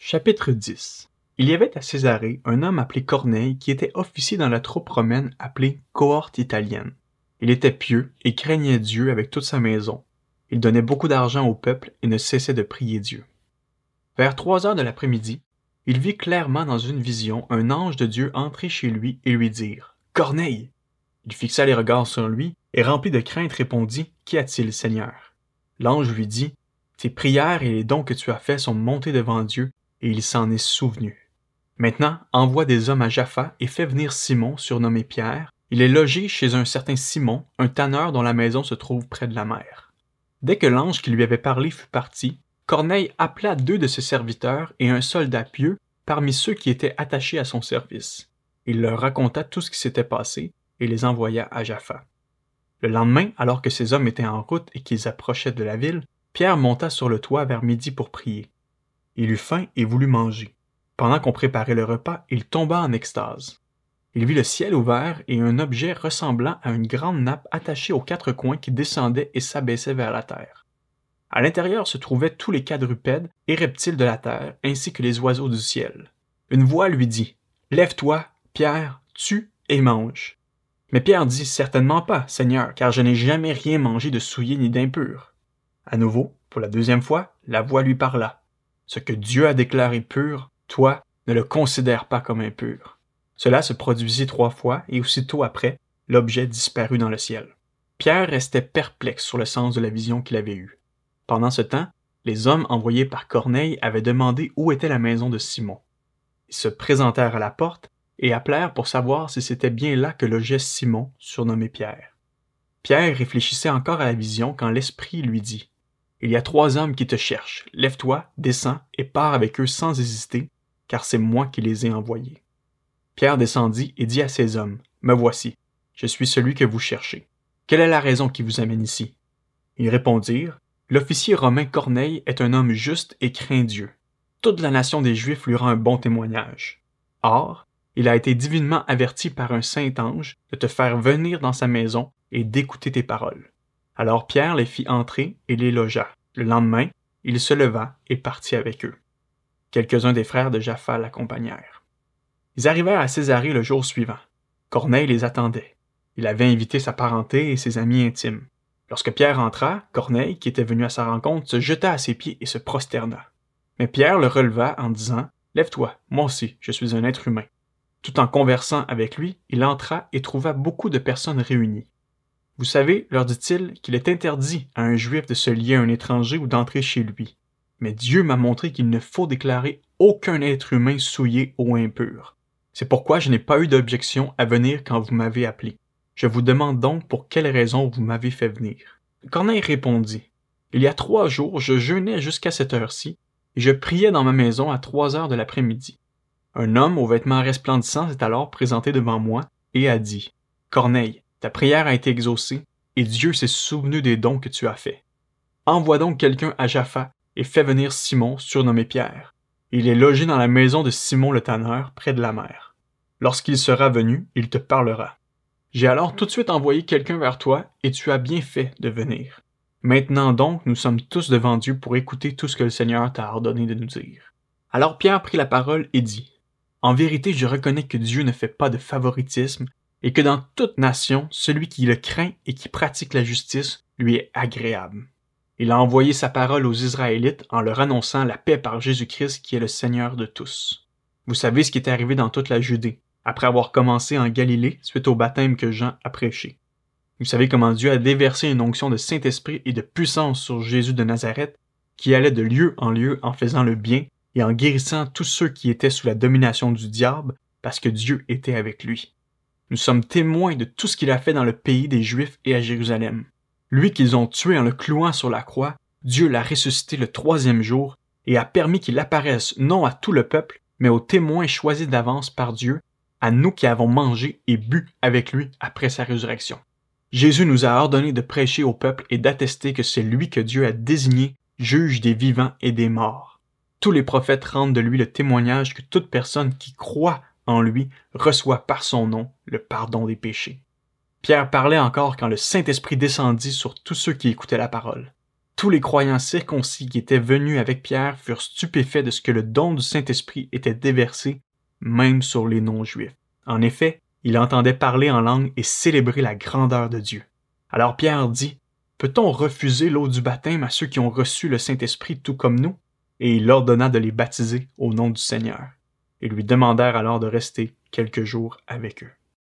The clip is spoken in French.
Chapitre 10. Il y avait à Césarée un homme appelé Corneille qui était officier dans la troupe romaine appelée cohorte italienne. Il était pieux et craignait Dieu avec toute sa maison. Il donnait beaucoup d'argent au peuple et ne cessait de prier Dieu. Vers 3 heures de l'après-midi, il vit clairement dans une vision un ange de Dieu entrer chez lui et lui dire « Corneille !» Il fixa les regards sur lui et rempli de crainte répondit « Qu'y a-t-il, Seigneur ?» L'ange lui dit « Tes prières et les dons que tu as faits sont montés devant Dieu et il s'en est souvenu. Maintenant, envoie des hommes à Jaffa et fais venir Simon, surnommé Pierre. Il est logé chez un certain Simon, un tanneur dont la maison se trouve près de la mer. » Dès que l'ange qui lui avait parlé fut parti, Corneille appela 2 de ses serviteurs et un soldat pieux parmi ceux qui étaient attachés à son service. Il leur raconta tout ce qui s'était passé et les envoya à Jaffa. Le lendemain, alors que ces hommes étaient en route et qu'ils approchaient de la ville, Pierre monta sur le toit vers midi pour prier. Il eut faim et voulut manger. Pendant qu'on préparait le repas, il tomba en extase. Il vit le ciel ouvert et un objet ressemblant à une grande nappe attachée aux 4 coins qui descendait et s'abaissait vers la terre. À l'intérieur se trouvaient tous les quadrupèdes et reptiles de la terre, ainsi que les oiseaux du ciel. Une voix lui dit « Lève-toi, Pierre, tue et mange. » Mais Pierre dit « Certainement pas, Seigneur, car je n'ai jamais rien mangé de souillé ni d'impur. » À nouveau, pour la 2e fois, la voix lui parla. « Ce que Dieu a déclaré pur, toi, ne le considère pas comme impur. » Cela se produisit 3 fois, et aussitôt après, l'objet disparut dans le ciel. Pierre restait perplexe sur le sens de la vision qu'il avait eue. Pendant ce temps, les hommes envoyés par Corneille avaient demandé où était la maison de Simon. Ils se présentèrent à la porte et appelèrent pour savoir si c'était bien là que logeait Simon, surnommé Pierre. Pierre réfléchissait encore à la vision quand l'Esprit lui dit « Il y a 3 hommes qui te cherchent. Lève-toi, descends et pars avec eux sans hésiter, car c'est moi qui les ai envoyés. » Pierre descendit et dit à ces hommes « Me voici, je suis celui que vous cherchez. Quelle est la raison qui vous amène ici? » Ils répondirent « L'officier romain Corneille est un homme juste et craint Dieu. Toute la nation des Juifs lui rend un bon témoignage. Or, il a été divinement averti par un saint ange de te faire venir dans sa maison et d'écouter tes paroles. » Alors Pierre les fit entrer et les logea. Le lendemain, il se leva et partit avec eux. Quelques-uns des frères de Jaffa l'accompagnèrent. Ils arrivèrent à Césarée le jour suivant. Corneille les attendait. Il avait invité sa parenté et ses amis intimes. Lorsque Pierre entra, Corneille, qui était venu à sa rencontre, se jeta à ses pieds et se prosterna. Mais Pierre le releva en disant « Lève-toi, moi aussi, je suis un être humain. » Tout en conversant avec lui, il entra et trouva beaucoup de personnes réunies. « Vous savez, leur dit-il, qu'il est interdit à un Juif de se lier à un étranger ou d'entrer chez lui. Mais Dieu m'a montré qu'il ne faut déclarer aucun être humain souillé ou impur. C'est pourquoi je n'ai pas eu d'objection à venir quand vous m'avez appelé. Je vous demande donc pour quelle raison vous m'avez fait venir. » Corneille répondit « Il y a 3 jours, je jeûnais jusqu'à cette heure-ci, et je priais dans ma maison à 3 heures de l'après-midi. Un homme aux vêtements resplendissants s'est alors présenté devant moi et a dit « Corneille, ta prière a été exaucée, et Dieu s'est souvenu des dons que tu as faits. Envoie donc quelqu'un à Jaffa et fais venir Simon, surnommé Pierre. Il est logé dans la maison de Simon le tanneur, près de la mer. Lorsqu'il sera venu, il te parlera. J'ai alors tout de suite envoyé quelqu'un vers toi, et tu as bien fait de venir. Maintenant donc, nous sommes tous devant Dieu pour écouter tout ce que le Seigneur t'a ordonné de nous dire. » Alors Pierre prit la parole et dit « En vérité, je reconnais que Dieu ne fait pas de favoritisme, et que dans toute nation, celui qui le craint et qui pratique la justice lui est agréable. Il a envoyé sa parole aux Israélites en leur annonçant la paix par Jésus-Christ qui est le Seigneur de tous. Vous savez ce qui est arrivé dans toute la Judée, après avoir commencé en Galilée suite au baptême que Jean a prêché. Vous savez comment Dieu a déversé une onction de Saint-Esprit et de puissance sur Jésus de Nazareth, qui allait de lieu en faisant le bien et en guérissant tous ceux qui étaient sous la domination du diable, parce que Dieu était avec lui. Nous sommes témoins de tout ce qu'il a fait dans le pays des Juifs et à Jérusalem. Lui qu'ils ont tué en le clouant sur la croix, Dieu l'a ressuscité le 3e jour et a permis qu'il apparaisse non à tout le peuple, mais aux témoins choisis d'avance par Dieu, à nous qui avons mangé et bu avec lui après sa résurrection. Jésus nous a ordonné de prêcher au peuple et d'attester que c'est lui que Dieu a désigné juge des vivants et des morts. Tous les prophètes rendent de lui le témoignage que toute personne qui croit en lui reçoit par son nom le pardon des péchés. » Pierre parlait encore quand le Saint-Esprit descendit sur tous ceux qui écoutaient la parole. Tous les croyants circoncis qui étaient venus avec Pierre furent stupéfaits de ce que le don du Saint-Esprit était déversé, même sur les non-juifs. En effet, ils entendaient parler en langue et célébrer la grandeur de Dieu. Alors Pierre dit, « Peut-on refuser l'eau du baptême à ceux qui ont reçu le Saint-Esprit tout comme nous? » Et il ordonna de les baptiser au nom du Seigneur. Ils lui demandèrent alors de rester quelques jours avec eux.